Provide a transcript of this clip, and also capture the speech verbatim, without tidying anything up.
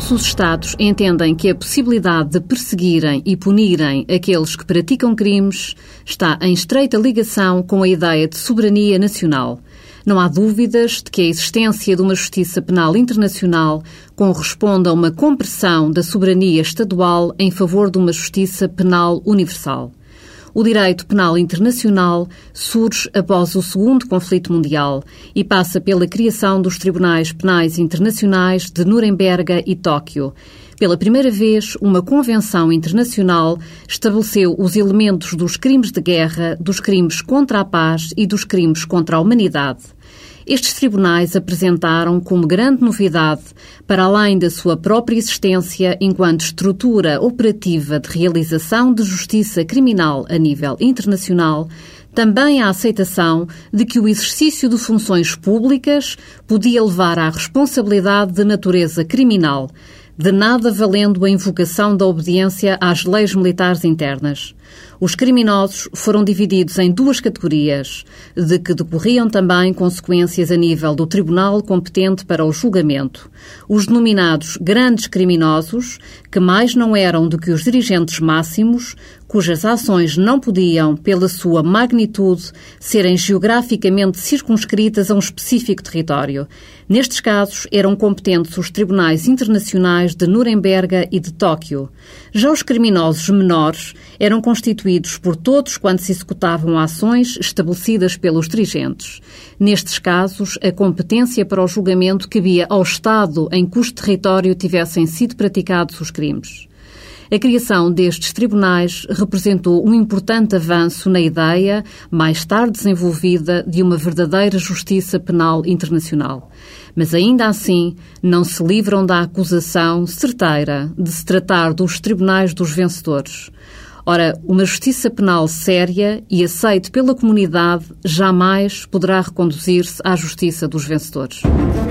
os Estados entendem que a possibilidade de perseguirem e punirem aqueles que praticam crimes está em estreita ligação com a ideia de soberania nacional. Não há dúvidas de que a existência de uma justiça penal internacional corresponde a uma compressão da soberania estadual em favor de uma justiça penal universal. O direito penal internacional surge após o Segundo Conflito Mundial e passa pela criação dos Tribunais Penais Internacionais de Nuremberga e Tóquio. Pela primeira vez, uma convenção internacional estabeleceu os elementos dos crimes de guerra, dos crimes contra a paz e dos crimes contra a humanidade. Estes tribunais apresentaram como grande novidade, para além da sua própria existência enquanto estrutura operativa de realização de justiça criminal a nível internacional, também a aceitação de que o exercício de funções públicas podia levar à responsabilidade de natureza criminal, de nada valendo a invocação da obediência às leis militares internas. Os criminosos foram divididos em duas categorias, de que decorriam também consequências a nível do tribunal competente para o julgamento. Os denominados grandes criminosos, que mais não eram do que os dirigentes máximos, cujas ações não podiam, pela sua magnitude, serem geograficamente circunscritas a um específico território. Nestes casos, eram competentes os tribunais internacionais de Nuremberga e de Tóquio. Já os criminosos menores eram constituídos por todos quando se executavam ações estabelecidas pelos dirigentes. Nestes casos, a competência para o julgamento cabia ao Estado em cujo território tivessem sido praticados os crimes. A criação destes tribunais representou um importante avanço na ideia, mais tarde desenvolvida, de uma verdadeira justiça penal internacional. Mas ainda assim não se livram da acusação certeira de se tratar dos tribunais dos vencedores. Ora, uma justiça penal séria e aceite pela comunidade jamais poderá reconduzir-se à justiça dos vencedores.